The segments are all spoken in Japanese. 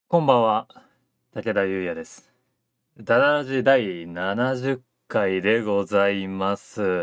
こんばんは、武田優也です。ダダラジ第70回でございます。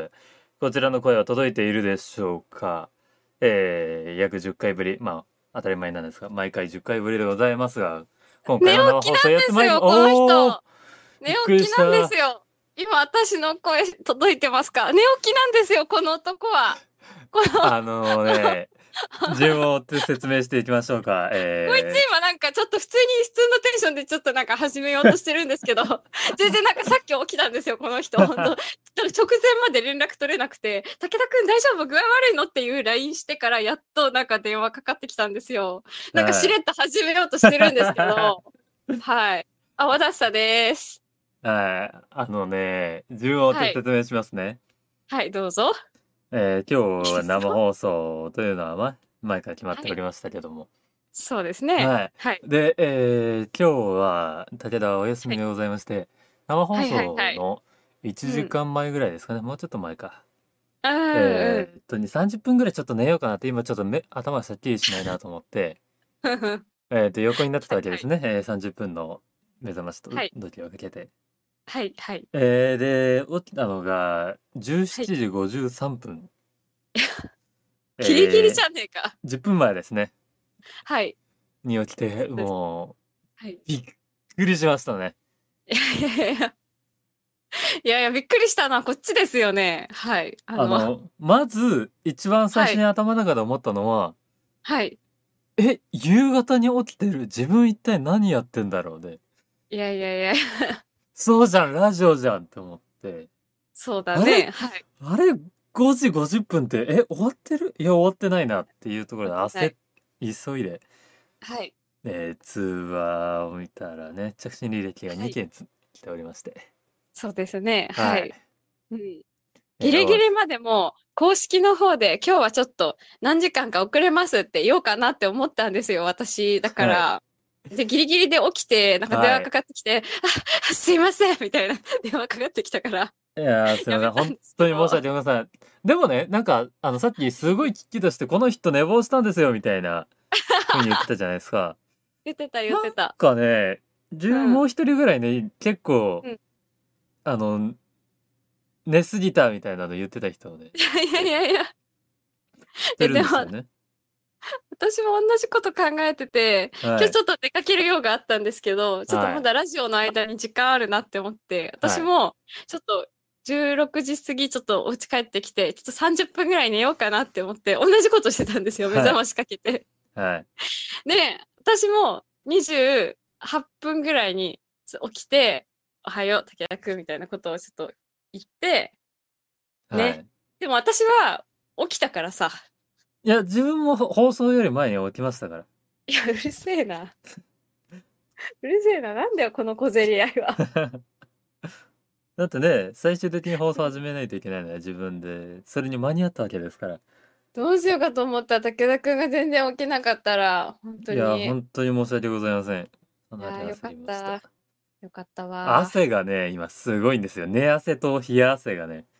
こちらの声は届いているでしょうか。約10回ぶり、当たり前なんですが、毎回10回ぶりでございますが、今寝回も生起きな放送やってまいりまんですよ、このおー、 人。寝びっくり起きなんでした。 すよ。今、私の声届いてますか？寝起きなんですよ、この男は。この、 あのね、順を追って説明していきましょうか。 こいつ今なんかちょっと普通のテンションでちょっとなんか始めようとしてるんですけど、全然なんかさっき起きたんですよ、この人。本当直前まで連絡取れなくて、武田くん大丈夫？具合悪いのっていう LINE してからやっとなんか電話かかってきたんですよ。なんかしれっと始めようとしてるんですけど、はい。和田さです。 はい、順を追ってはい。 説明しますね。 はい、どうぞ。 今いい日はですか？ 生放送というのは前から決まっはい。 ておりましたけども。 そうですね。 はい。 はい。 で、今日は武田はお休はい。 みでございまして、生放はいはいはい。 送の1 うん。 時間前ぐらいですかね。もうちょっと前か。 うんうん。 2、30分ぐらいちょっと寝ようかなって、今ちょっと頭がすっきりしないなと思って、 ふふ。 横になってたはいはい。 わけですね。30分の目覚ましとはい。 時をかけて。 はいはい。 で、起きたのが17 はい。 時53分。 ギリギリじえゃねえか。 10分前ですね。 はい。 に起きて、 そうです。 もはい。 う、びっくりしましたね。 いやいやいや。いやいや、びっくりしたのはこっちですよね。はい。 まず、一番最はい。 初に頭の中で思ったのは、 はい。 夕方に起きてる自分一体何やってんだろうね。 いやいやいや。 そうじゃん、ラジオじゃんって思って。 そうだあれね。はい。 あれ ?5 時50分って、終わってる？いや、終わってないなっていうところではい。 急いで、 はい。 通話を見たらね、着信履歴が2 はい。 件来ておりまして。 そうですね。ははい。 い。うん。ギえーおリギリまでも公式の方で今日はちょっと何時間か遅れますって言おうかなって思ったんですよ、私。だかはい。 ら。で、ギリギリで起きて、なんか電はい。 話かかってきて、すいませんみたいな電話かかってきたから、 いやー、すいません。 やめたん本ですけど。 当に申し訳ございません。でもね、さっきすごい聞きとして、この人寝坊したんですよ、みたいな風に言ってたじゃないですか。 言ってた言なんってた。 かね、 うん。 もう一人ぐらいね、結構、 うん。 あの、寝すぎたみたいなの言ってた人をね、 いやいやいやいや。 してるんでも、 ですよね。 私も同じこと考えてて、 はい。 今日ちょっと出かける用があったんですけど、ちょっとはい。 まだラジオの間に時間あるなって思って、 はい。 私もちょっと16時過ぎちょっとお家帰ってきて、ちょっと30分ぐらい寝ようかなって思って、同じことしてたんですよ、目はい。 覚ましかけて。 はい。 で、私も28分ぐらいに起きて、おはよう、武田くんみたいなことをちょっと言って、ね。 はい。 でも私は起きたからさ、 いや、自分も放送より前に起きましたから。 いや、うるせえな。うるせえな。なんだよ、この小競り合いは。 だってね、最終的に放送始めないといけないのは自分で、それに間に合ったわけですから。 どうしようかと思った武田くんが全然起きなかったら、本当いや、 に。 本当に申し訳ございません。かいやー、 なりよか焦りました。 った。よかったわ。 汗がね、今すごいんですよ。寝汗と冷や汗がね、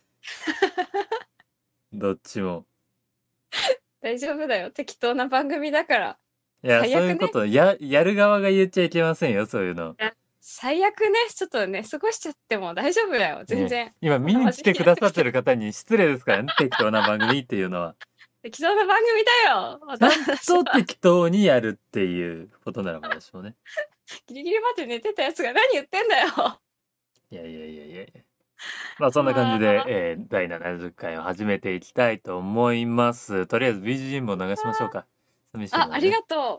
どっちも。 大丈夫だよ。適当な番組だから。 いや、 最悪ね。 そういうこと、やる側が言っちゃいけませんよ、そういうの。 いや最悪ね。ちょっとね、過ごしちゃっても大丈夫だよ。全ね、 然。 今見そんなに来てく真面目にやっださってるてきて。 方に失礼ですからね、適当な番組っていうのは。 適当な番組だよ。 ちゃん私は。 と適当にやるっていうことならまだしもね。 ギリギリまで寝てたやつが何言ってんだよ。 いやいやいやいやいや。まあそんな感じで、 あー第70回を始めていきたいと思います。とりあえず BGM を流しましょうか。寂しいのありでね。 がと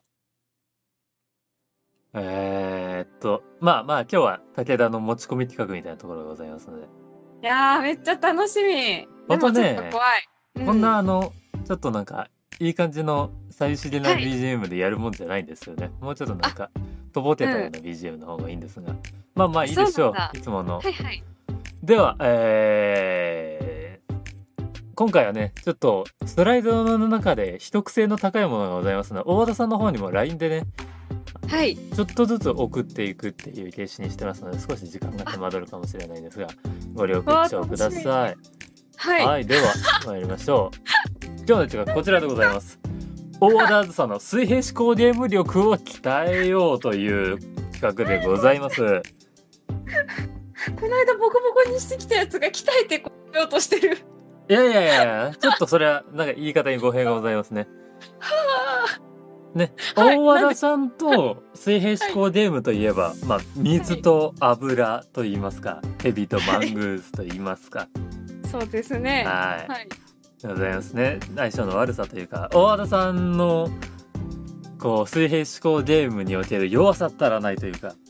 今日は武田の持ち込み企画みたいなところがございますので。 う。いやー、めっちゃ楽しみ。 ほんとでもちょっとね、 怖い。うこんなん。 ちょっといい感じの寂しげなはい。 BGM でやるもんじゃないんですよね。もうちょっとあ、 とぼけうん。 たような BGM の方がいいんですが。まあまあいいでしょう。 そうなんだ。 いつもの。 はいはい。 では、今回はね、ちょっとスライドの中で秘匿性の高いものがございますので、大和田さんの方にも LINE でね、 はい。 ちょっとずつ送っていくっていう形式にしてますので、少し時間が手あ、 間取るかもしれないですが、ご了わー、 承く楽しみ。 ださい。 はい。 はい、では参りましょう。今日の一はこちらでございます。 大和田あずさの水平思考ゲーム力を鍛えようという企画でございます。 この間ボコボコにしてきたやつが鍛えてこようとしてる。 いやいやいや、ちょっとそれはなんか言い方に語弊がございますね。ね、 はい、 大和田さんと水平思考ゲームといえば、まあ水と油と言いますか、ヘビとマングースと言いますか。 そうですね。 はい。 はい。 でございますね。相性の悪さというか、大和田さんのこう水平思考ゲームにおける弱さったらないというか、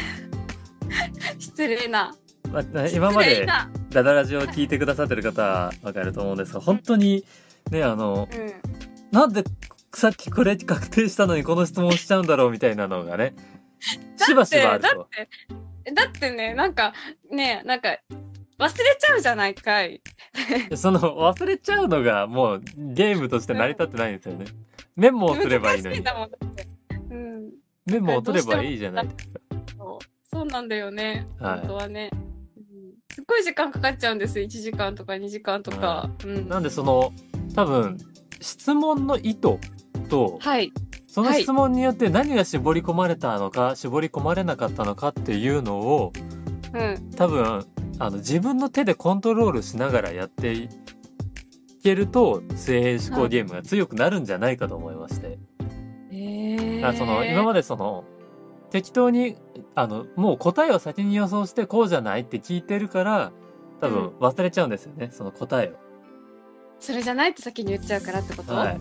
失礼な。 まあ、今まで失礼な。 ダダラジオを聞いてくださってる方はわかると思うんですが、本当にね、なんでさっきこれ確定したのにこの質問しちゃうんだろうみたいなのがね、しばしばあると。 だってね、なんか忘れちゃうじゃないかい。 その忘れちゃうのがもうゲームとして成り立ってないんですよね。メモをすればいいのに。 難しいんだもんだって。うん。 メモを取ればいいじゃないですか。 そうなんだよね。 はい本当はね。すっごい時間かかっちゃうんです。1時間とか2時間とか。 なんでその多分質問の意図と、 はい。 その質問によって何が絞り込まれたのか、絞り込まれなかったのかっていうのを、多分自分の手でコントロールしながらやっていけると水平思考ゲームが強くなるんじゃないかと思いまして、その今までその適当にもう答えを先に予想してこうじゃないって聞いてるから多分忘れちゃうんですよね、その答えを。 それじゃないって先に言っちゃうからってこと？ はい。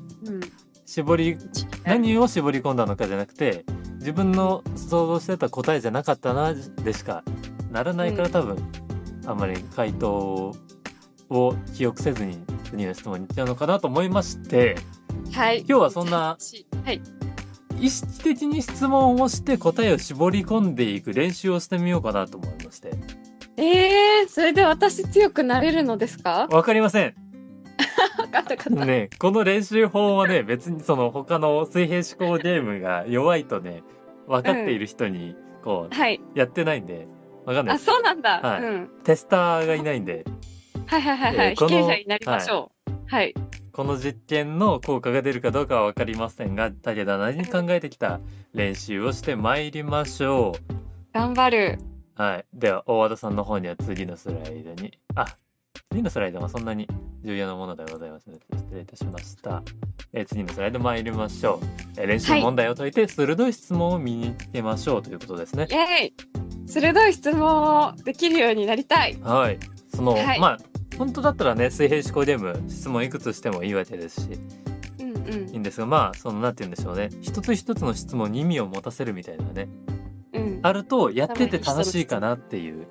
何を絞り込んだのかじゃなくて、自分の想像してた答えじゃなかったなでしかならないから、多分あんまり回答を記憶せずに次の質問に行っちゃうのかなと思いまして、 はい、 今日はそんな意識的に質問をして答えを絞り込んでいく練習をしてみようかなと思いまして。 それで私強くなれるのですか？ わかりません。 分かったね、この練習法はね、別にその他の水平思考ゲームが弱いとね、分かっている人にこう、やってないんでわかんないです。 あ、そうなんだ。 テスターがいないんで。 被験者になりましょう。はい。 この実験の効果が出るかどうかは分かりませんが、武田なりに考えてきた練習をしてまいりましょう。 頑張る。 はい。では大和田さんの方には次のスライドに、次のスライドはそんなに重要なものではございませんので失礼いたしました。次のスライド参りましょう。練習問題を解いて鋭い質問を身につけましょうということですね。 イエイ。鋭い質問をできるようになりたい。 はい。まあ本当だったらね、水平思考ゲーム質問いくつしてもいいわけですし、いいんですが、まあなんて言うんでしょうね、一つ一つの質問に意味を持たせるみたいなね、あるとやってて楽しいかなっていう、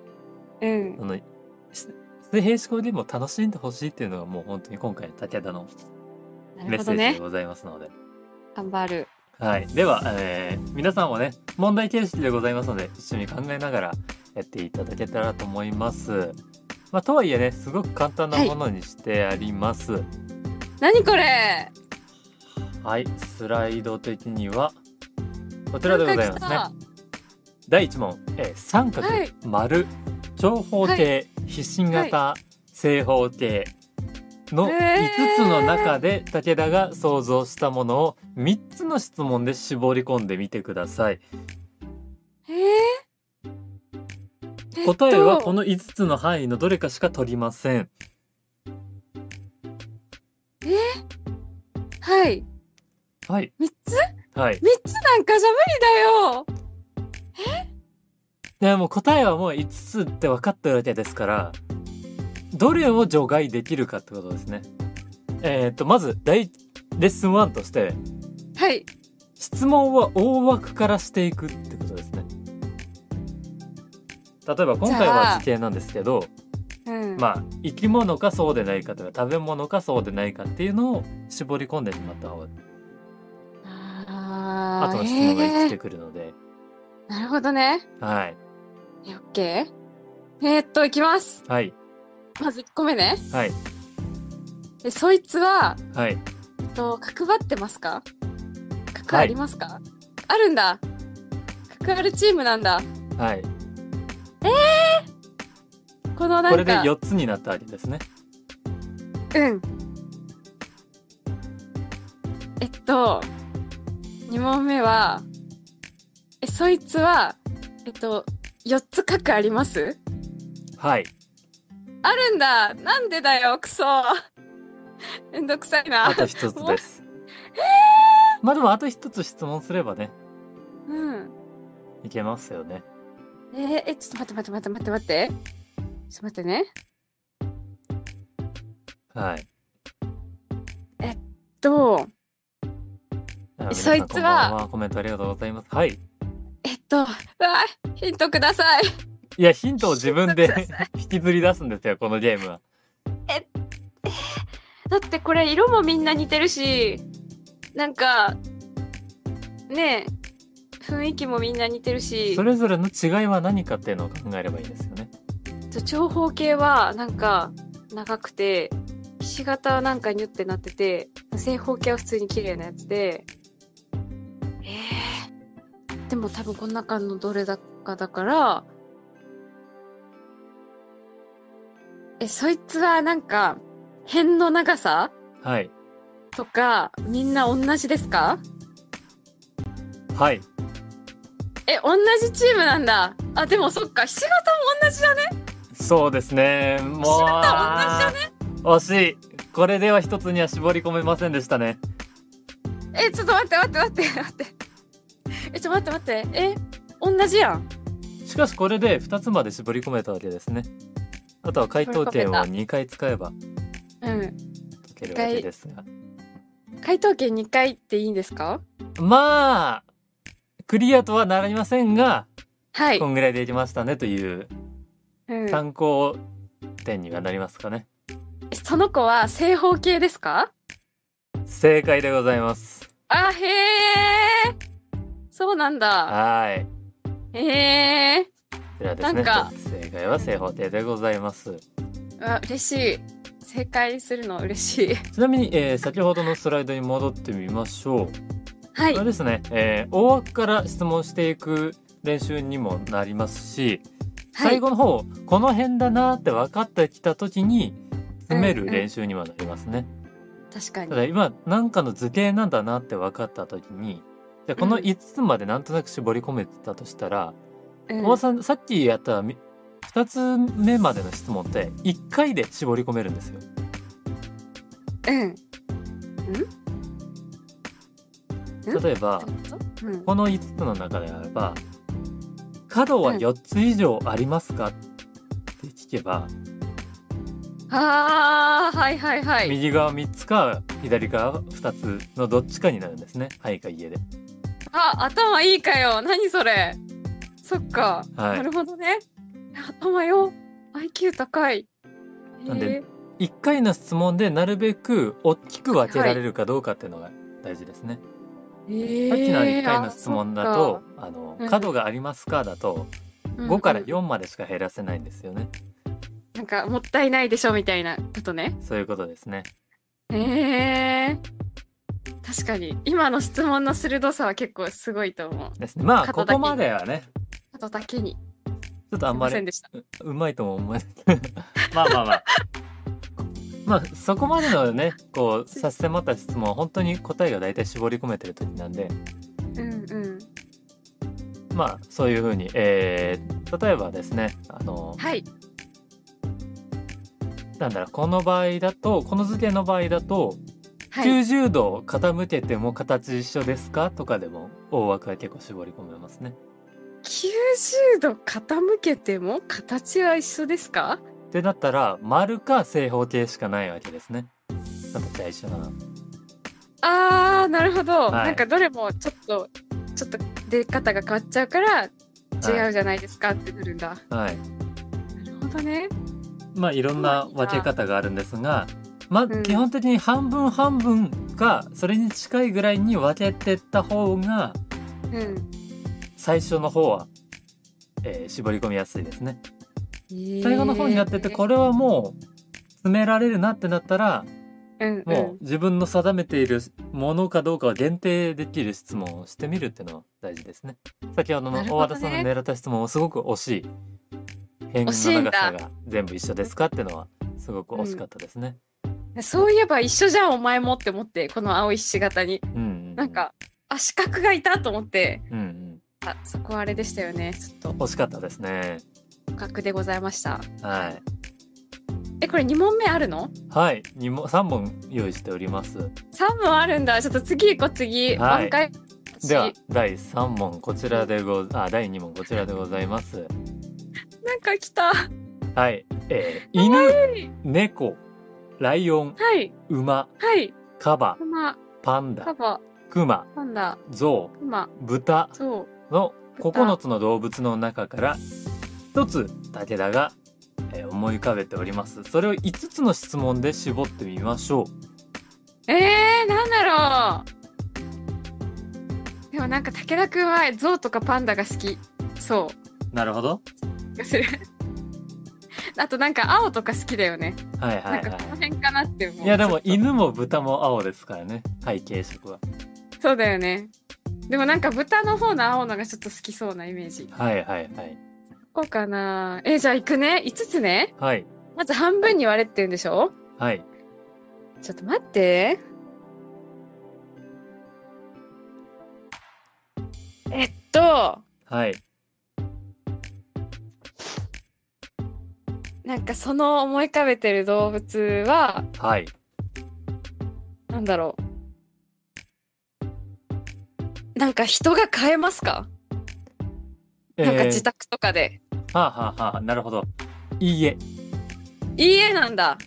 水平思考ゲームを楽しんでほしいっていうのがもう本当に今回の武田のメッセージでございますので、 頑張る。 はい。では、皆さんはね、問題形式でございますので一緒に考えながらやっていただけたらと思います。とはいえね、すごく簡単なものにしてあります。 何これ？ はい、スライド的にはこちらでございますね。第1問、三角、丸、長方形、ひし形、正方形の5つの中で武田が想像したものを3つの質問で絞り込んでみてください。答えはこの5つの範囲のどれかしか取りません。 はい。 はい。 3つ？ はい。 3つなんかじゃ無理だよ。 でも答えはもう5つって分かってるわけですから、どれを除外できるかってことですね。まずレッスン1として、 はい。質問は大枠からしていくってことですね。例えば今回は図形なんですけど、生き物かそうでないかとか食べ物かそうでないかっていうのを絞り込んでしまった方が、あとの質問が生きてくるので。 なるほどね。 はい。 オッケー。いきます。 はい。 まず1個目ね。 はい。 そいつは、 はい。 角張ってますか？角ありますか？あるんだ。角あるチームなんだ。 はい。 これで4つになったわけですね。 2問目は、そいつは、4つ角あります？ はい。 あるんだ。なんでだよ、クソ。めんどくさいな。 あと一つです。まあでもあと一つ質問すればね、 うん。 いけますよね。 ちょっと待って。ちょっと待ってね。 はい。 そいつは皆さんこんばんは。コメントありがとうございます。はい。 うわ、ヒントください。 いや、ヒントを自分でヒントください引きずり出すんですよ、このゲームは。 だってこれ色もみんな似てるし、なんか、ねえ、雰囲気もみんな似てるし、 それぞれの違いは何かっていうのを考えればいいですよね。 長方形はなんか長くて、ひし形はなんかニュってなってて、正方形は普通に綺麗なやつで、でも多分この中のどれだかだから、そいつはなんか、辺の長さはい。 とか、みんな同じですか？ はい。 同じチームなんだ。あ、でもそっか、ひし形も同じだね。 そうですね。もう。 ひし形同じだね。 惜しい。これでは一つには絞り込めませんでしたね。 ちょっと待って。ちょっと待って。同じやん。 しかしこれで2つまで絞り込めたわけですね。あとは回答権を2回使えば解けるわけですが。 回答権2回っていいんですか？ まあクリアとはなりませんが、 はい。 こんぐらいでいきましたねという参考点にはなりますかね。 その子は正方形ですか？ 正解でございます。 あ、へえ。そうなんだ。 はい。 へえ。 ではですね、正解は正方形でございます。 嬉しい。正解するの嬉しい。 ちなみに、先ほどのスライドに戻ってみましょう。 はい。 これですね、大枠から質問していく練習にもなりますし、最後の方、この辺だなって分かってきた時に詰める練習にもなりますね。 確かに。 ただ今何かの図形なんだなって分かった時に、じゃこの5つまでなんとなく絞り込めてたとしたら、おばさんさっきやった2つ目までの質問って1回で絞り込めるんですよ。例えば、この5つの中であれば、角は4つ以上ありますかって聞けば、右側3つか左側2つのどっちかになるんですね。はいか家で。 頭いいかよ。何それ。そっか。なるほどね。頭よ。IQ 高い。 なんで1回の質問でなるべく大きく分けられるかどうかっていうのが大事ですね。さっきの1回の質問だと角がありますかだと5から4までしか減らせないんですよね。 なんかもったいないでしょみたいなことね。 そういうことですね。 確かに今の質問の鋭さは結構すごいと思う。 ですね。まあここまではね。 角だけに。 ちょっとあんまりうまいとも思えない。まあ。まあそこまでのねこう差し迫った質問は本当に答えが大体絞り込めてる時なんで、まあそういうふうに、例えばですねなんだろう、この場合だとこの図形の場合だと、90度傾けても形一緒ですかとかでも大枠は結構絞り込めますね。 90度傾けても形は一緒ですかってなったら丸か正方形しかないわけですね。形は一緒なの。なるほど、なんかどれもちょっと出方が変わっちゃうから違うじゃないですかってくるんだ。なるほどね。 まあいろんな分け方があるんですが、基本的に半分半分かそれに近いぐらいに分けてった方が、最初の方は、絞り込みやすいですね。最後の方にやっててこれはもう詰められるなってなったら、もう自分の定めているものかどうかは限定できる質問をしてみるっていうのは大事ですね。先ほどの大和田さんの狙った質問もすごく惜しい。辺の長さが全部一緒ですかっていうのはすごく惜しかったですね。 そういえば一緒じゃんお前もって思って、この青いひし形に。 うんうん、 なんか、四角がいたと思って。 うんうん。 そこはあれでしたよね。ちょっと。 惜しかったですね。 互角でございました。 はい。 これ2問目あるの？ はい、3問用意しております。 3問あるんだ。ちょっと次行こう、次。 はい。 挽回。 では、第3問、こちらで第2問、こちらでございます。 なんか来た。 はい。犬、猫、ライオン、 はい、 馬、 はい、 カバ、 馬、 パンダ、 カバ、 クマ、 パンダ、 ゾウ、 クマ、 豚ゾウの9つの動物の中から1つ武田が、思い浮かべております。それを5つの質問で絞ってみましょう。 なんだろう。でもなんか武田くんはゾウとかパンダが好きそう。 なるほど。 する。あとなんか青とか好きだよね。 はいはいはい。 なんかこの辺かなって思う。 いやでも犬も豚も青ですからね、背景色は。 そうだよね。でもなんか豚の方の青のがちょっと好きそうなイメージ。 はいはいはい。 こうかな。じゃあ行くね。5つね。 はい。 まず半分に割れって言うんでしょ？ はい。 ちょっと待って。 はい。 なんかその思い浮かべてる動物は、 はい。 なんだろう。なんか人が飼えますか？なんか自宅とかで。 はあはあはあ、なるほど。いいえ。 いいえなんだ。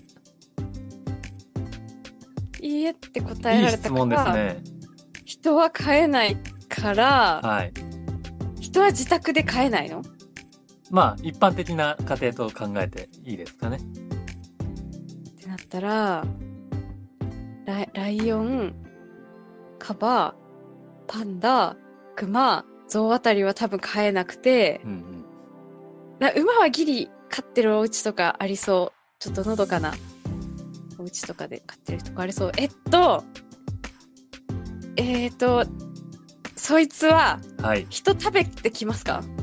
いいえって答えられたから。いい質問ですね。 人は飼えないから、 はい。 人は自宅で飼えないの？ まあ一般的な家庭と考えていいですかね。 ってなったら、ライオン、カバ、パンダ、クマ、ゾウあたりは多分飼えなくて、 うんうん、馬はギリ飼ってるお家とかありそう。ちょっとのどかなお家とかで飼ってるとかありそう。そいつは人食べてきますか？はい、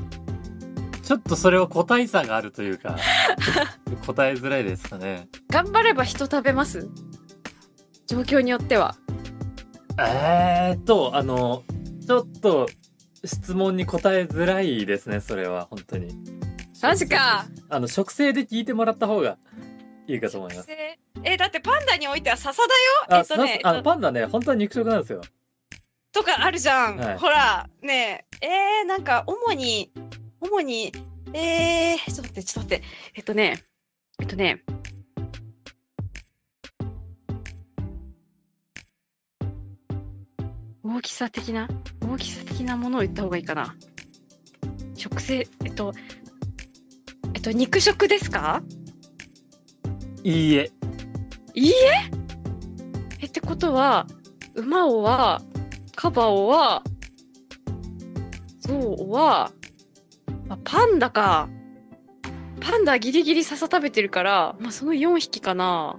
ちょっとそれは個体差があるというか答えづらいですかね。 頑張れば人食べます？状況によっては。 ちょっと質問に答えづらいですね、それは本当に。 マジか。 植生で聞いてもらった方がいいかと思います。 だってパンダにおいては笹だよ。パンダね、本当は肉食なんですよ。 とかあるじゃん。はい、ほら、ねえ、なんか主に、ちょっと待って。大きさ的なものを言った方がいいかな。植生、肉食ですか？ いいえ。 いいえ？ってことは、馬をは、カバオは、ゾウは、パンダか。パンダギリギリ笹食べてるから、その4匹かな。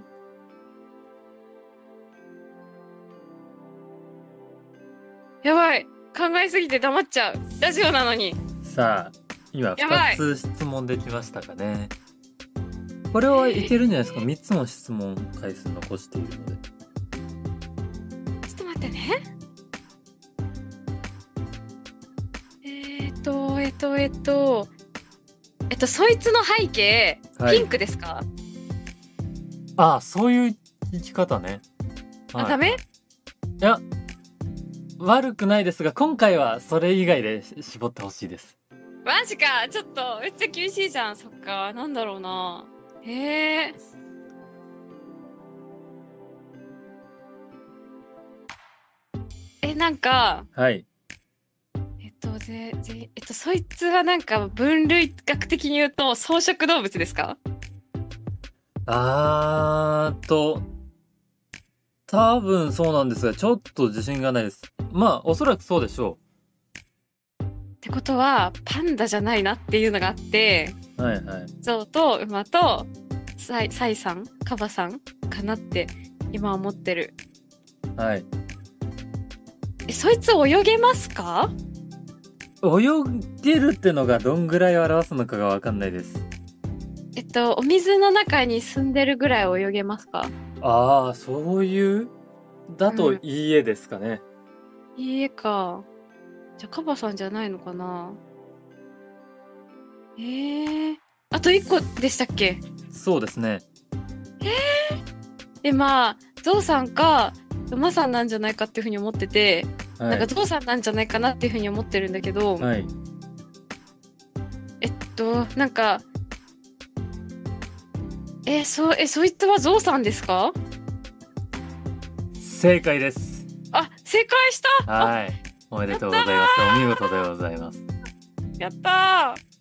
やばい。考えすぎて黙っちゃう。ラジオなのに。 さあ、今2つ質問できましたかね。これはいけるんじゃないですか。3つの質問回数残しているので。 ちょっと待ってね。そいつの背景、はい、ピンクですか？ そういう生き方ね。 はい、ダメ？ いや、悪くないですが、今回はそれ以外で絞ってほしいです。 マジか。ちょっとめっちゃ厳しいじゃん。そっか。なんだろうな。なんか、 はい。 そいつはなんか分類学的に言うと草食動物ですか？ 多分そうなんですが、ちょっと自信がないです。おそらくそうでしょう。ってことはパンダじゃないなっていうのがあって、 はいはい。 ゾウと馬とサイさん、カバさんかなって今思ってる。 はい。 そいつ泳げますか？ 泳げるってのがどんぐらい表すのかがわかんないです。 お水の中に住んでるぐらい泳げますか？ ああ、そういうだといいえですかね。 いいえか。じゃあカバさんじゃないのかな。あと1個でしたっけ？ そうですね。 まあゾウさんか馬さんなんじゃないかっていうふうに思ってて、 はい。 なんかゾウさんなんじゃないかなっていうふうに思ってるんだけど、 はい。 なんかそいつはゾウさんですか？ 正解です。 あ、正解した。 はい。おめでとうございます。お見事でございます。 やったー。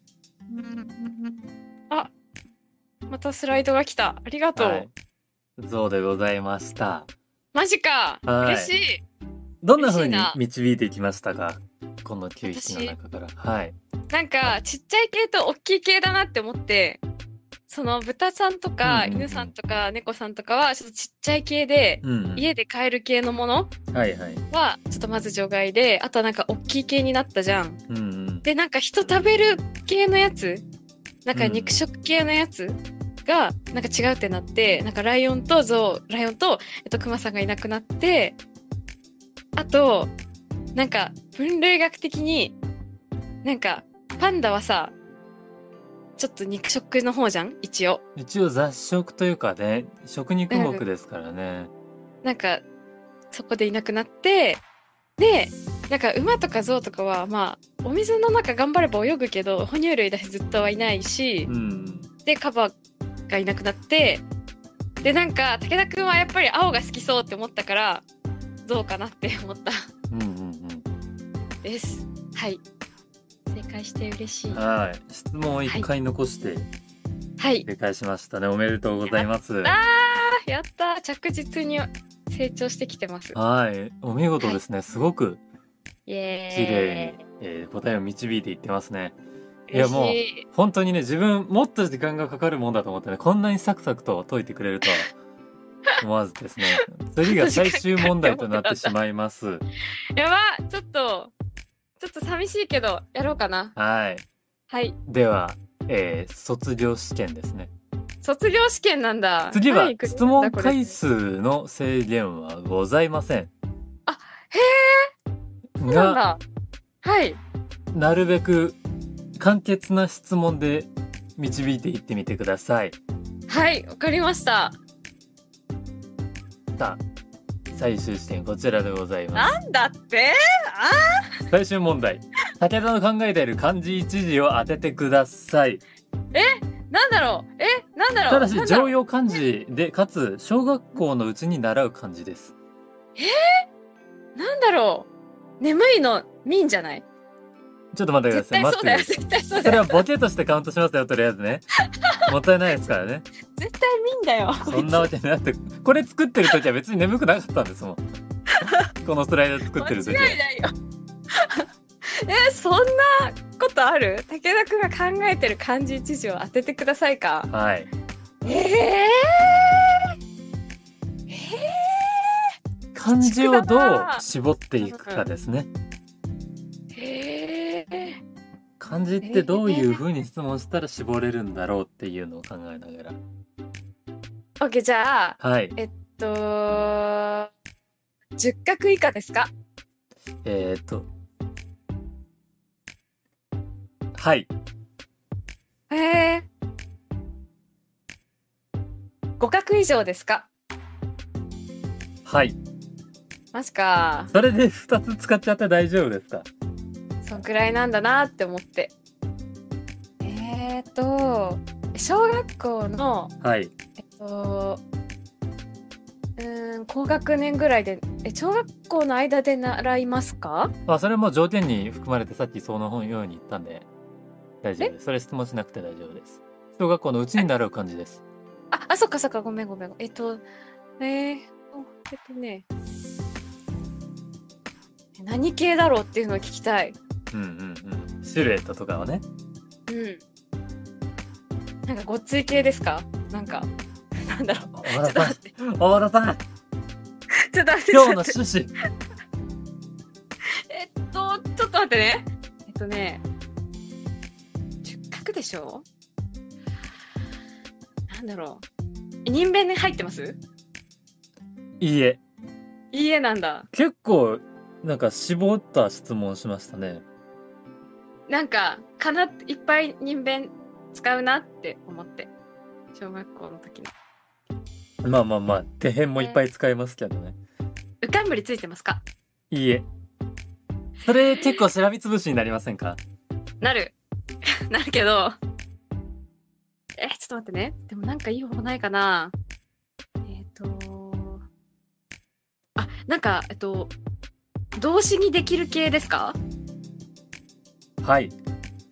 あ、またスライドが来た。ありがとう。 はい。そうでございました。 マジか。 はい嬉しい。 どんな風に嬉しいな導いていきましたか？この9匹の中から。はい。 なんかちっちゃい系と大きい系だなって思って、その豚さんとかうんうんうん犬さんとか猫さんとかはちょっとちっちゃい系で、 うんうん。 家で飼える系のものはいはい。 はちょっとまず除外で、あとはなんか大きい系になったじゃん。 うんうん。 で、なんか人食べる系のやつ、なんか肉食系のやつがなんか違うってなって、なんかライオンとクマさんがいなくなって、あとなんか分類学的になんかパンダはさ、ちょっと肉食の方じゃん一応。 一応雑食というかね、食肉目ですからね。 なんかそこでいなくなって、でなんか馬とか象とかはまあお水の中頑張れば泳ぐけど哺乳類だしずっとはいないし、 うん。 でカバがいなくなって、でなんか武田くんはやっぱり青が好きそうって思ったから象かなって思ったうんうんうん。 です。はい、正解して嬉しい。 はい。質問を1回残してはい、 正解しましたね。おめでとうございます。 やった着実に成長してきてます。 はい。お見事ですね。すごくイエ綺麗ーイ。 に、答えを導いていってますね。い嬉しやもうい。 本当にね、自分もっと時間がかかるもんだと思ってね、こんなにサクサクと解いてくれるとは思わずですね、次が最終問題となってしまいます。 やば、ちょっと寂しいけどやろうかな。 はい。 はい、 では、卒業試験ですね。 卒業試験なんだ。 次は何来るんだ質問これ回数の制限はございません。 へえ、そうなんが、 だ。はい、 なるべく簡潔な質問で導いていってみてください。 はい、わかりました。 さあ、最終試験こちらでございます。 なんだって？ 最終問題。武田の考えている漢字一字を当ててください。 なんだろう？なんだろう？ ただしなんだろう常用漢字で、かつ小学校のうちに習う漢字です。 なんだろう？眠いのみんじゃない？ ちょっと待ってください。 絶対そうだよ。 待ってください。 絶対そうだよ。 それはボケとしてカウントしますよ、とりあえずね。もったいないですからね。 絶対みんだよ。 そんなわけなくて、これ作ってる時は別に眠くなかったんですもん。このスライド作ってる時は。 間違いないよ。そんなことある？武田くんが考えてる漢字一字を当ててくださいか。 はい。漢字をどう絞っていくかですね。漢字ってどういう風に質問したら絞れるんだろうっていうのを考えながら。 オッケー、じゃあ、 はい。 10画以下ですか？ はい。 5画以上ですか？ はい。 マジか。 それで2つ使っちゃって大丈夫ですか？ そんくらいなんだなって思って。小学校のはい。 高学年ぐらいで小学校の間で習いますか？ それも条件に含まれて、さっきその本ように言ったんで大丈夫です。それ質問しなくて大丈夫です。小学校のうちに習う漢字です。 そっかそっか、ごめん。何系だろうっていうのを聞きたい。 シルエットとかはね。 なんかごっつい系ですか？なんかなんだろう。 小原さん、小原さん、 ちょっと待って。 今日の趣旨。 ちょっと待ってね。10画でしょ？なんだろう。人弁に入ってます？ いいえ。 いいえなんだ。 結構なんか絞った質問しましたね。 なんかいっぱい人弁使うなって思って、小学校の時の。 まあまあまあ、手辺もいっぱい使いますけどね。 うかんむりついてますか？ いいえ。それ結構しらみつぶしになりませんか？ なるなるけど、ちょっと待ってね。でもなんかいい方法ないかな。なんか動詞にできる系ですか？ はい。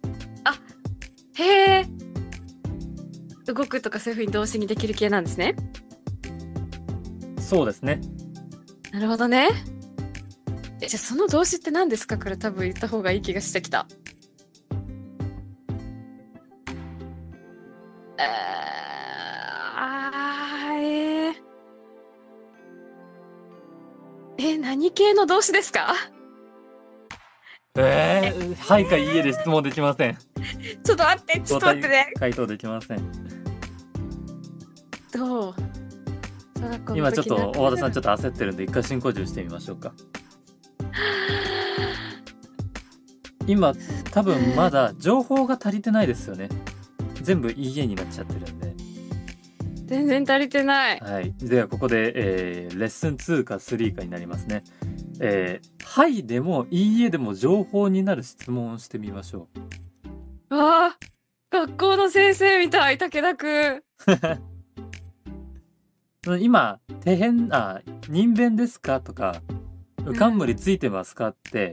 へえ。動くとかそういう風に動詞にできる系なんですね。 そうですね。 なるほどね。じゃあその動詞って何ですか？から多分言った方がいい気がしてきた。何系の動詞ですか？ はいかいいえで質問できません。 ちょっと待ってね。 回答できません。 どう？ 今ちょっと大和田さんちょっと焦ってるんで一回深呼吸してみましょうか。今多分まだ情報が足りてないですよね。全部いいえになっちゃってるんで。 全然足りてない。 はい。ではここで、レッスン2か3かになりますね。はいでもいいえでも情報になる質問をしてみましょう。わあ、学校の先生みたい、武田くん。 今人弁ですかとかうかんむりついてますかって、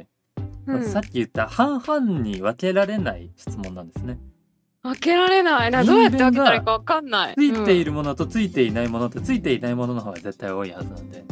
さっき言った半々に分けられない質問なんですね。 分けられないな。どうやって分けたらいいか分かんない。 ついているものとついていないものってついていないものの方が絶対多いはずなんで。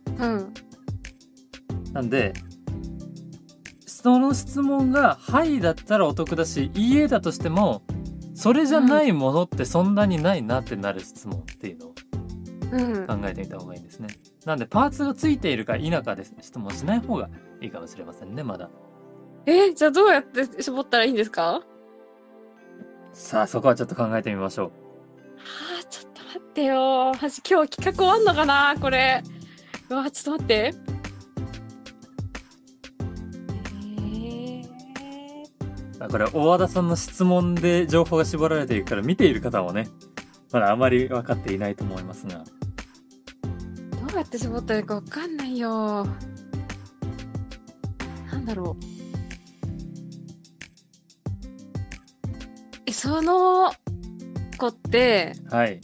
なんでその質問がはいだったらお得だし、いいえだとしてもそれじゃないものってそんなにないなってなる質問っていうのを考えてみた方がいいんですね。なんでパーツがついているか否かで質問しない方がいいかもしれませんね。まだ。 じゃあどうやって絞ったらいいんですか？ さあそこはちょっと考えてみましょう。 ちょっと待ってよ。今日企画終わんのかなこれ。うわ、ちょっと待って。 これ大和田さんの質問で情報が絞られているから見ている方もねまだあまり分かっていないと思いますが、 どうやって絞ったらいいか分かんないよ。なんだろう。その子ってはい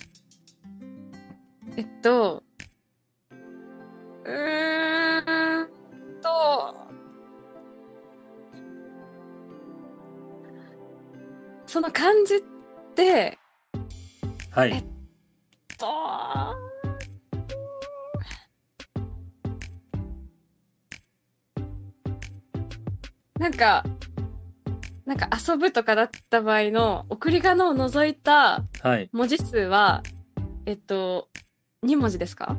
その漢字ってはいなんか遊ぶとかだった場合の送り仮名を除いた文字数は、2文字ですか？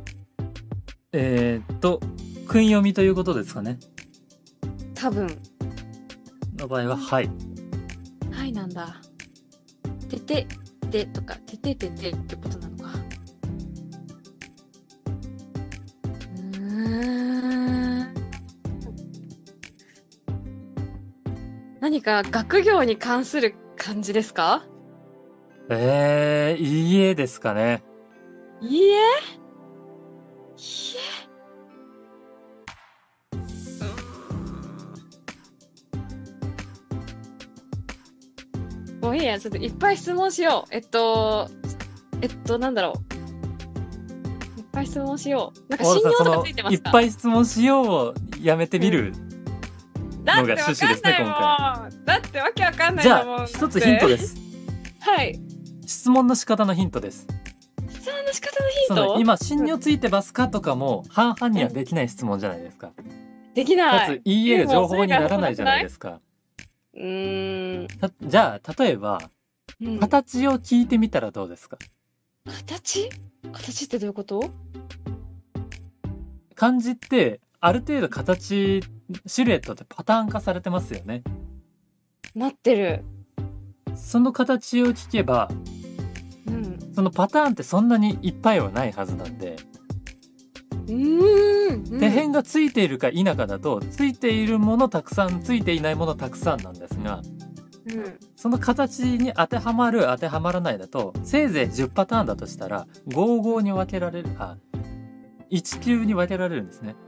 訓読みということですかね。 多分の場合ははいはいなんだ。てててとかててててってことなのか。何か学業に関する漢字ですか？ いいえですかね。 いいえ？もういいや、ちょっといっぱい質問しよう。なんだろう。いっぱい質問しよう。なんか信用とかついてますか？ いっぱい質問しようをやめてみるのが趣旨ですね、 今回。だってわけわかんない。 じゃあ一つヒントです。 はい。 質問の仕方のヒントです。 質問の仕方のヒント？ 今信用ついてますかとかも半々にはできない質問じゃないですか。 できない。 かついいえが情報にならないじゃないですか。じゃあ例えば、形を聞いてみたらどうですか？ 形ってどういうこと？ 漢字ってある程度形シルエットってパターン化されてますよね。 なってる。 その形を聞けば、そのパターンってそんなにいっぱいはないはずなんで、 うん手辺がついているか否かだと、ついているものたくさん、ついていないものたくさんなんですが、 うんその形に当てはまる当てはまらないだと、せいぜい10パターンだとしたら55に分けられる、1級に分けられるんですね。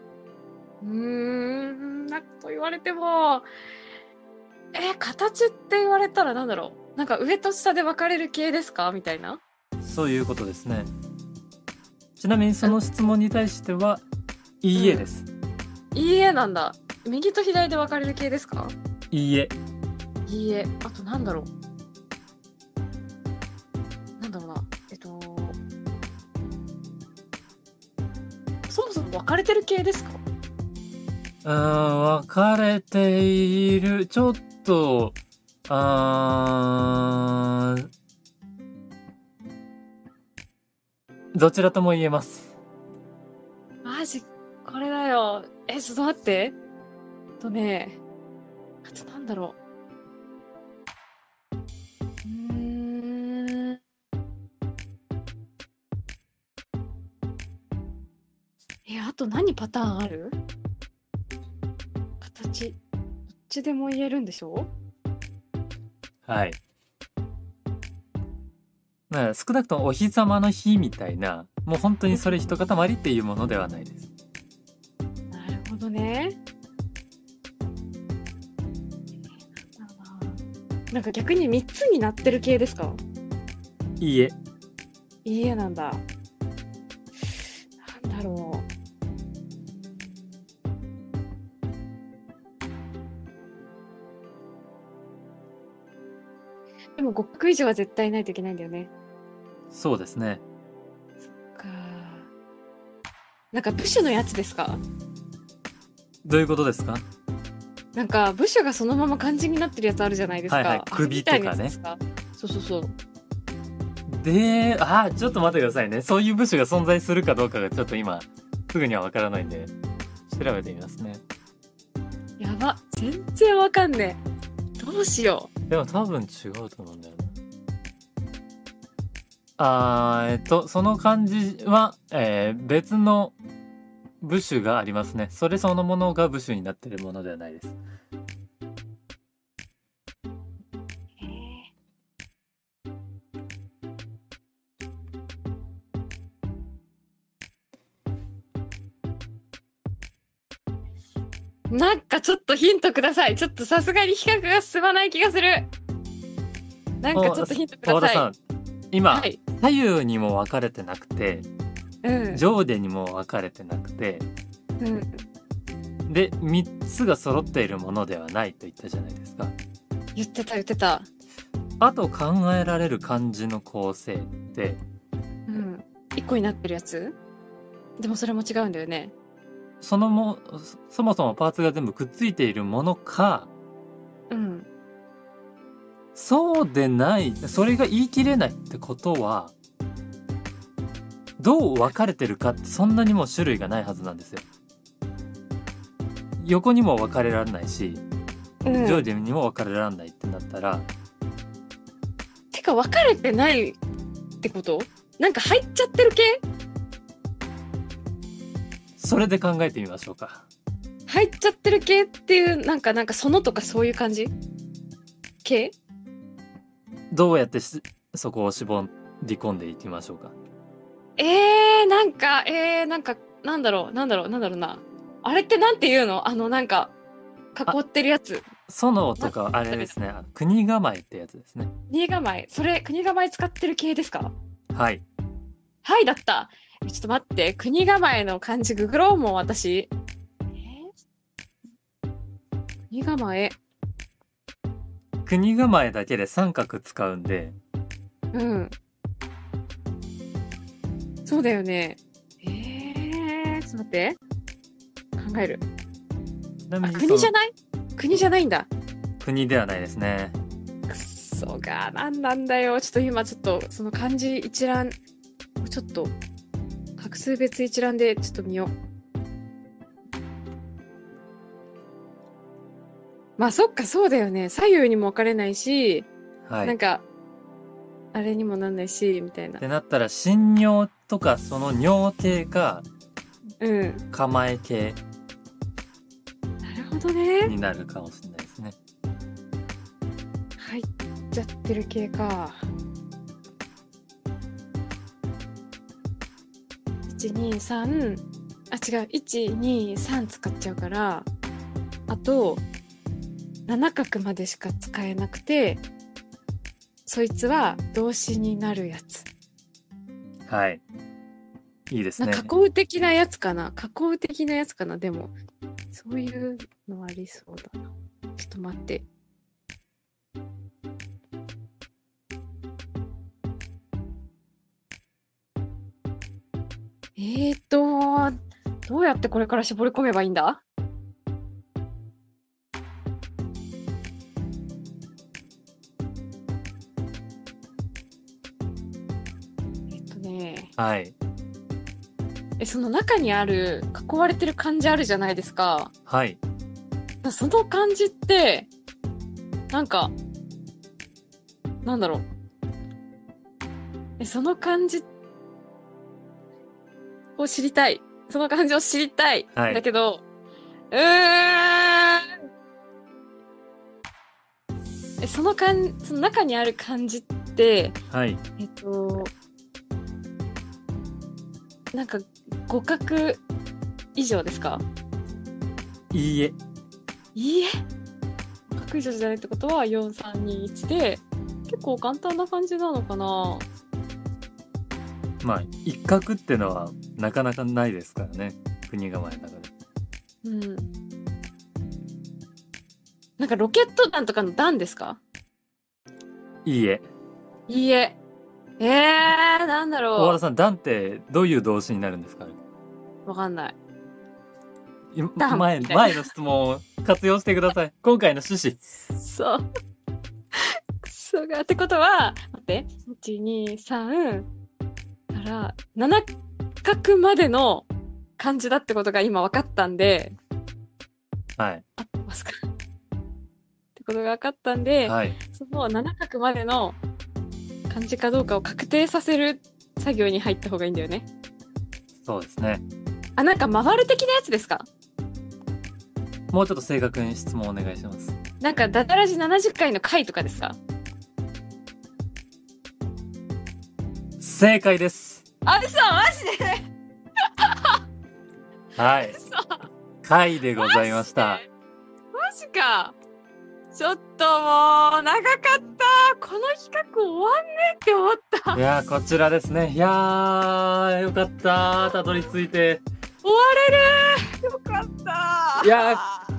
なんと言われても、形って言われたらなんだろう。なんか上と下で分かれる系ですかみたいな。 そういうことですね。ちなみにその質問に対しては、いいえです。 いいえなんだ。右と左で分かれる系ですか？ いいえ。 いいえ。あとなんだろう。なんだろうな。そもそも分かれてる系ですか？ 分かれている。ちょっと、どちらとも言えます。 マジ、これだよ。ちょっと待って。あとなんだろう。あと何パターンある？形、どっちでも言えるんでしょ？ はい。まあ、少なくともお日様の日みたいな、もう本当にそれ一塊っていうものではないです。 なるほどね。なんか逆に3つになってる系ですか？ いいえ。 いいえなんだ。なんだろう。でも5画以上は絶対ないといけないんだよね。 そうですね。 なんか部首のやつですか？ どういうことですか？ なんか部首がそのまま漢字になってるやつあるじゃないですか。 はいはい、首とかね。 みたいなやつですか？そうそうそう。 で、ちょっと待ってくださいね。そういう部首が存在するかどうかがちょっと今すぐにはわからないんで調べてみますね。 やば、全然わかんねえ。どうしよう。 でも多分違うと思うんだよな。その漢字は、別の部首がありますね。それそのものが部首になっているものではないです。 なんかちょっとヒントください。ちょっとさすがに比較が進まない気がする。なんかちょっとヒントください。 和田さん、今、 はい、 左右にも分かれてなくて、上下にも分かれてなくて、で3つが揃っているものではないと言ったじゃないですか。 言ってた。 あと考えられる漢字の構成って、 1個になってるやつ？でもそれも違うんだよね。 そもそもパーツが全部くっついているものか、そうでない、それが言い切れないってことは、どう分かれてるかってそんなにも種類がないはずなんですよ。横にも分かれられないし、上下にも分かれられないってなったら、 てか分かれてないってこと？なんか入っちゃってる系？ それで考えてみましょうか。 入っちゃってる系っていう、なんかそのとかそういう感じ系？ どうやってそこを絞り込んでいきましょうか。 なんだろうな。あれってなんていうの？なんか囲ってるやつ。 園とかあれですね。国構えってやつですね。 国構え。それ国構え使ってる系ですか？ はい。 はいだった。ちょっと待って。国構えの漢字ググろうもん私。国構え。 国構えだけで三角使うんで。 そうだよね。ちょっと待って。考える。国じゃない？国じゃないんだ。 国ではないですね。 くっそが、なんなんだよ。ちょっと今その漢字一覧、ちょっと画数別一覧でちょっと見よう。まあそっか、そうだよね。左右にも分かれないし、なんかあれにもなんないしみたいな。 ってなったら神尿とかその尿系か、 うん。 構え系なるほどね。 になるかもしれないですね。 入っちゃってる系か。123あ違う123使っちゃうから、あと7画までしか使えなくて、そいつは動詞になるやつ。 はい。いいですね。 加工的なやつかな。加工的なやつかな。でもそういうのありそうだな。ちょっと待って。どうやってこれから絞り込めばいいんだ？ はい。 その中にある囲われてる漢字あるじゃないですか。 はい。 その漢字ってなんかなんだろう。その漢字を知りたい。その漢字を知りたい。 はい。 だけど、その中にある漢字って、 はい。 なんか互角以上ですか？ いいえ。 いいえ。互角以上じゃないってことは4321で結構簡単な感じなのかな。 まあ一角ってのはなかなかないですからね、国構えの中で。 うん。なんかロケット弾とかの弾ですか？ いいえ。 いいえ。なんだろう。 大和田さん、弾ってどういう動詞になるんですか？ わかんない。 前の質問を活用してください。今回の趣旨。 そう。クソが。ってことは、待って。1、2、3から7画までの漢字だってことが今分かったんで。 はい。 合ってますか？ってことが分かったんで、 はい、 その7画までの漢字かどうかを確定させる作業に入った方がいいんだよね。 そうですね。 なんか回る的なやつですか？ もうちょっと正確に質問お願いします。 なんかダダラジ70回の回とかですか？ 正解です。 嘘マジではい。回でございました。 マジか。ちょっともう長かった。この企画終わんねえって思った。 いやこちらですね。いやよかった。たどり着いて。 終われる。よかった。 いや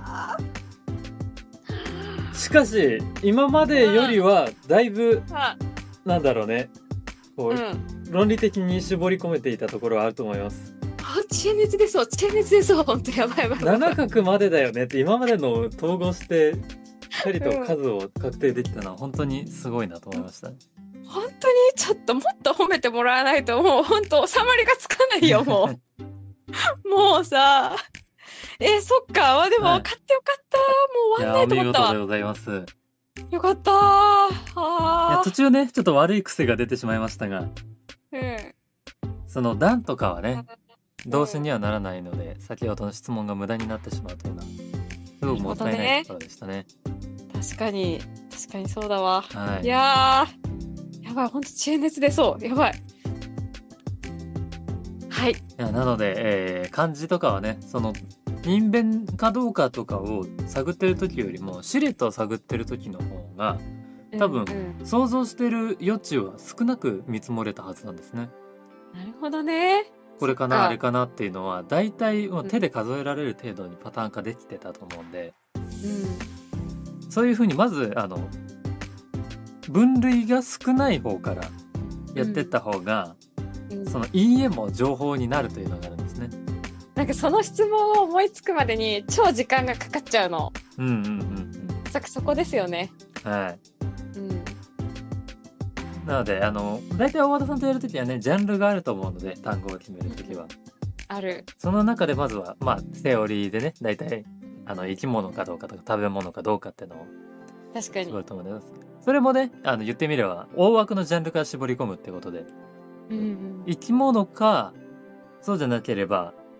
しかし今までよりはだいぶ、なんだろうね。こう、論理的に絞り込めていたところはあると思います。 知恵熱出そう。知恵熱出そう。本当やばいやばい。 7画までだよねって今までの統合してしっかりと数を確定できたのは本当にすごいなと思いました。 本当にちょっともっと褒めてもらわないともう本当収まりがつかないよもう。もうさ、そっか。でも分かってよかった。もう終わんないと思ったわ。 お見事でございます。 よかったいや途中ねちょっと悪い癖が出てしまいましたが、その段とかはね動詞にはならないので、先ほどの質問が無駄になってしまうというのはすごくもったいないところでしたね。 確かにそうだわ。 はい、 いややばい、ほんと知恵熱出そう。やばい。はい。いやなので、漢字とかはねその人弁かどうかとかを探ってる時よりもしれと探ってる時の方が多分、想像してる余地は少なく見積もれたはずなんですね。 なるほどね。 これかなあれかなっていうのはだいたい手で数えられる程度にパターン化できてたと思うんで、そういうふうにまず分類が少ない方からやってった方が、そのいいえも情報になるというのがあるんですね。 なんかその質問を思いつくまでに超時間がかかっちゃうの。そこですよね。 はい。なので大体大和田さんとやるときはねジャンルがあると思うので単語を決めるときはある。 その中でまずはセオリーでね大体生き物かどうかとか食べ物かどうかっていうのを確かに絞ると思います。それもね言ってみれば大枠のジャンルから絞り込むってことで、生き物かそうじゃなければ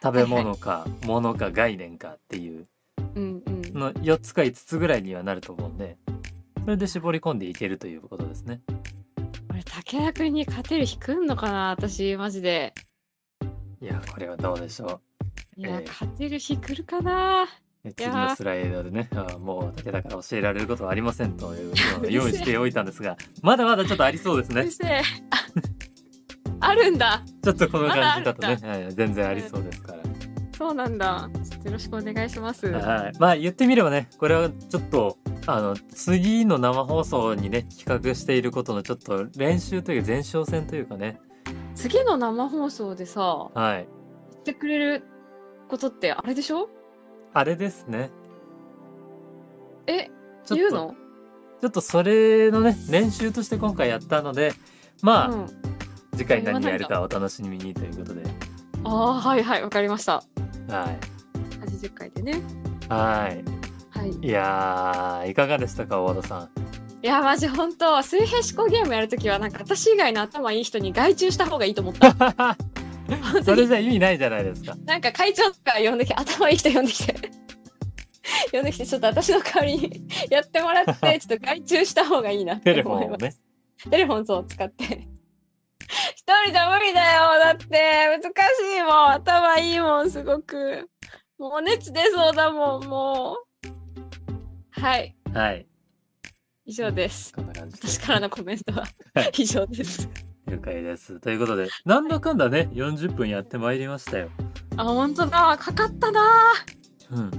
食べ物か物か概念かっていううんうん。 の4つか5つぐらいにはなると思うんで、それで絞り込んでいけるということですね。 これ武田くんに勝てる日来んのかな、私マジで。 いやこれはどうでしょいや、 ええ勝てる日来るかな。 う。次のスライドでね、もう武田から教えられることはありませんというのを用意しておいたんですが、まだまだちょっとありそうですね。 うるせえ。あるんだ。 ちょっとこの感じだとね、 まだはい、全然ありそうですから。 そうなんだ。ちょっとよろしくお願いします。 はい、まあ言ってみればね、これはちょっと次の生放送にね企画していることのちょっと練習というか前哨戦というかね。 次の生放送でさ、 はい。 言ってくれることってあれでしょ？ あれですね。 え、 ちょっと言うの？ ちょっとそれのね練習として今回やったので、まあ、 うん。 次回何やるかお楽しみにということで。 ああ、はいはい、わかりました。 はい 80回でね。 はいはい。 いやーいかがでしたか大和田さん。 いや、マジほんと、水平思考ゲームやるときは、なんか私以外の頭いい人に外注した方がいいと思った。本当それに。 じゃ意味ないじゃないですか。 なんか会長とか呼んできて、頭いい人呼んできて。呼んできて、ちょっと私の代わりにやってもらって、ちょっと外注した方がいいなっテて思います。 レフォンをね。 テレフォンそう使って。一人じゃ無理だよ。だって難しいもん。頭いいもん、すごく。もう熱出そうだもん、もう。はい。 はい。 以上です。 こんな感じで私からのコメントは以上です。 了解です。ということで、なんだかんだね、40分やってまいりましたよ。 あ、本当だ。かかったな。 うんうんうん。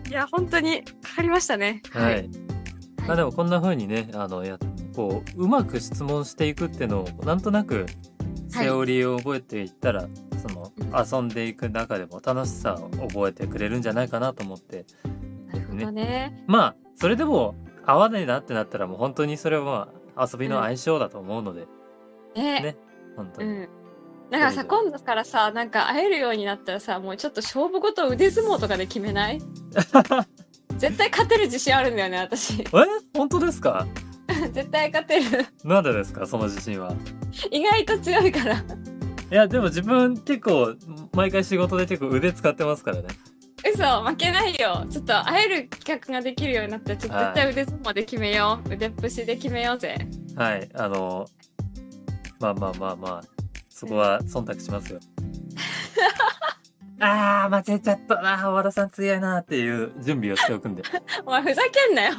いや、本当にかかりましたね。 はい。 はい。 まあでもこんな風にね、こう、うまく質問していくっていうのを、なんとなく、セオリーを覚えていったら、遊んでいく中でも楽しさを覚えてくれるんじゃないかなと思って。 なるほどね。 まあ、それでも合わないなってなったらもう本当にそれはまあ遊びの相性だと思うので、ね、本当に。 だからさ、今度からさ、なんか会えるようになったらさ、もうちょっと勝負事腕相撲とかで決めない？絶対勝てる自信あるんだよね、私。 本当ですか？ 絶対勝てる。 なんでですか、その自信は。 意外と強いから。 いや、でも自分結構、毎回仕事で結構腕使ってますからね。 嘘、負けないよ。ちょっと会える企画ができるようになったら、ちょっと絶対腕相撲で決めよう。腕っぷしで決めようぜ。 はい、まあ、そこは忖度しますよ。間違えちゃったな、和田さん強いなっていう準備をしておくんで。 お前ふざけんなよ。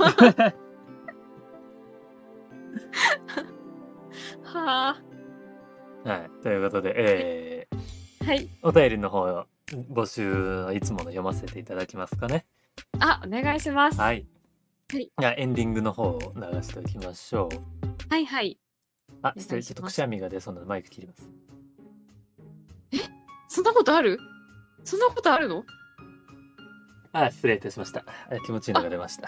はあ。 はい、ということで、 はい。 お便りの方を募集いつもの読ませていただきますかね。 あ、お願いします。 はい。 はい。 じゃあエンディングの方を流しておきましょう。 はいはい。 失礼、ちょっとくしゃみが出そうなのでマイク切ります。 そんなことある？そんなことあるの？ 失礼いたしました。気持ちいいのが出ました。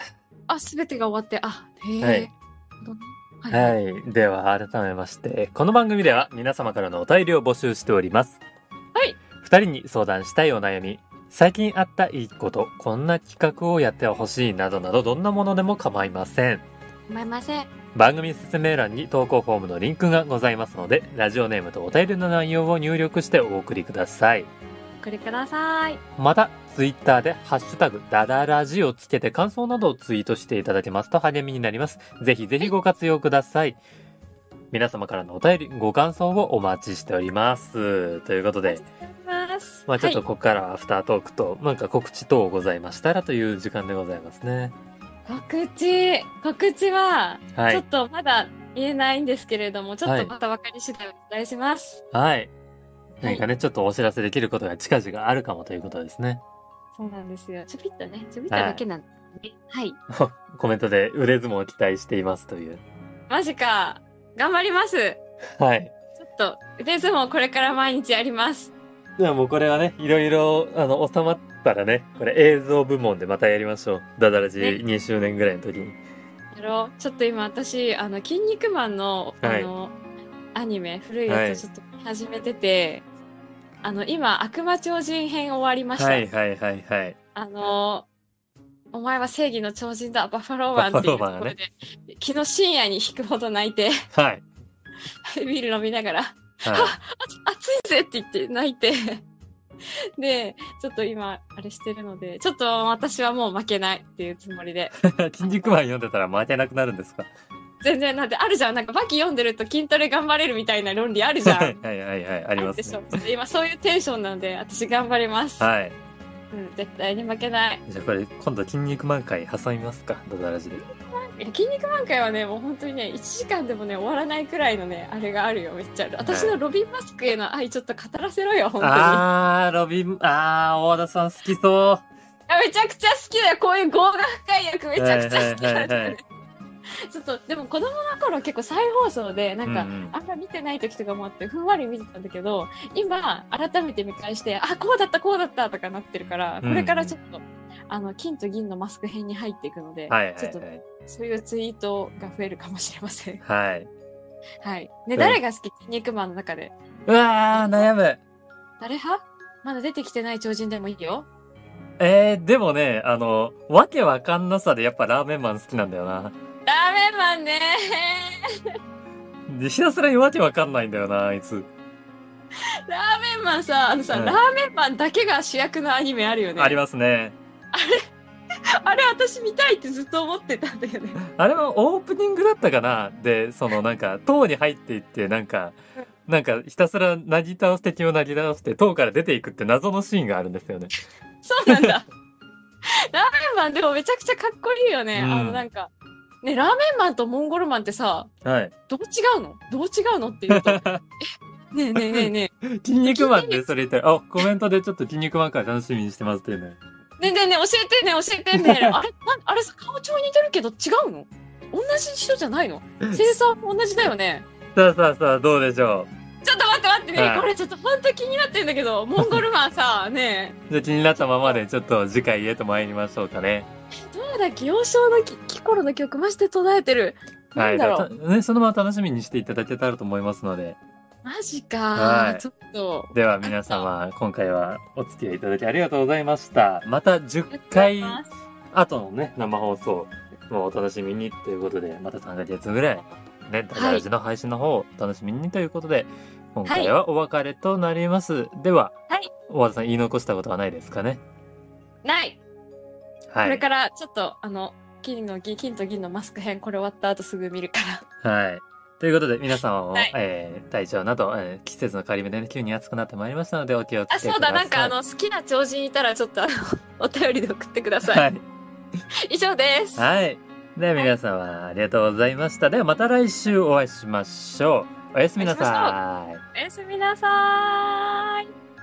すべてが終わって、へえ。 はい。はい。では、改めまして、この番組では皆様からのお便りを募集しております。 はい。 2人に相談したいお悩み、最近あったいいこと、こんな企画をやってほしいなどなど、どんなものでも構いません。 構いません。 番組説明欄に投稿フォームのリンクがございますので、ラジオネームとお便りの内容を入力してお送りください。 お送りください。 また、ツイッターでハッシュタグダダラジをつけて感想などをツイートしていただけますと励みになります。ぜひぜひご活用ください。皆様からのお便り、ご感想をお待ちしております。ということで、まあちょっとここからアフタートークと、なんか告知等ございましたらという時間でございますね。 告知は、ちょっとまだ言えないんですけれども、ちょっとまた分かり次第お伝えします。 はい。何かね、ちょっとお知らせできることが近々あるかもということですね。 そうなんですよ。ちょびっとだけなんで、はい。 コメントで腕相撲を期待していますという。 マジか。頑張ります。 はい。 ちょっと、腕相撲これから毎日やります。 ではもうこれはね、いろいろ、収まったらね、これ映像部門でまたやりましょう。ダダラジ2周年ぐらいの時に。 やろう。ちょっと今私、筋肉マンの、アニメ、古いやつをちょっと見始めてて、今、悪魔超人編終わりました。 はい。 お前は正義の超人だ、バッファローマンっていうところで、昨日深夜に引くほど泣いて、 はい。 ビール飲みながら、暑いぜって言って泣いて、 で、ちょっと今、あれしてるので、ちょっと私はもう負けないっていうつもりで。 筋肉マン読んでたら負けなくなるんですか？ 全然、なんてあるじゃん。なんかバキ読んでると筋トレ頑張れるみたいな論理あるじゃん。 はいはいはいはい、ありますね。 でしょ。ちょっと今そういうテンションなんで、私頑張ります。 はい。 うん、絶対に負けない。 じゃあこれ、今度筋肉マン会挟みますか？ダダラジで。 筋肉満開はね、もう本当にね、1時間でもね、終わらないくらいのね、あれがあるよ、めっちゃある。私のロビン・マスクへの愛ちょっと語らせろよ、本当に。 ロビン、大田さん好きそう。 めちゃくちゃ好きだよ、こういう業が深い役めちゃくちゃ好きなんだはいはいはいはよね。ちょっと、でも子供の頃結構再放送で、なんか、 うんうんあんま見てない時とかもあって、ふんわり見てたんだけど、今、改めて見返して、あ、こうだった、こうだったとかなってるから、これからちょっと、金と銀のマスク編に入っていくので、 はいはいちょっと、そういうツイートが増えるかもしれません。 はい。 はい。ね、誰が好き筋肉マンの中で。 うわー、悩む。 誰派？まだ出てきてない超人でもいいよ。 でもね、わけわかんなさでやっぱラーメンマン好きなんだよな。 ラーメンマンねで、ひたすらにわけわかんないんだよな、あいつ。 ラーメンマンさ、 うんラーメンマンだけが主役のアニメあるよね。 ありますね。 あれ私見たいってずっと思ってたんだよね。 あれはオープニングだったかな。で、なんか、塔に入っていって、なんかひたすらなぎ倒す敵をなぎ倒して、塔から出ていくって謎のシーンがあるんですよね。 そうなんだ。ラーメンマンでもめちゃくちゃかっこいいよね。 うんなんか、ね、ラーメンマンとモンゴルマンってさ、 はい。 どう違うの？どう違うのって言うと。ねえねえねえねえ。 筋肉マンでそれ言ったら、コメントでちょっと筋肉マンから楽しみにしてますっていうね。 ねえねえねえ、教えてね、教えてね。あれさ、顔超似てるけど違うの？同じ人じゃないの？声優さんも同じだよね。 さあさあさあ、どうでしょちょっと待って待ってね、 はいこれちょっと本当気になってんだけど、モンゴルマンさ、ねう。じゃあ気になったままでちょっと次回へと参りましょうかね。 どうだっけ、幼少の頃の曲マジで途絶えてる。なはい。 んだろう。 ね、そのまま楽しみにしていただけたらと思いますので。 マジか、 はいちょっと。 では皆様、今回はお付き合いいただきありがとうございました。また10回後のね、生放送もお楽しみにということで、また3ヶ月ぐらい、ね、ダダラジの配信の方をお楽しみにということで、今回はお別れとなります。では、 はい。 大和田さん言い残したことはないですかね？ ない。 はい。 これからちょっと、金と銀のマスク編、これ終わった後すぐ見るから。 はい。ということで、皆様も、 はい体調など、季節の変わり目でね、急に暑くなってまいりましたので、お気をつけください。 そうだ、なんか好きな超人いたらちょっとお便りで送ってください。 はい。 以上です。 はい。では皆様、ありがとうございました。ではまた来週お会いしましょう。おやすみなさい。 おやすみなさーい。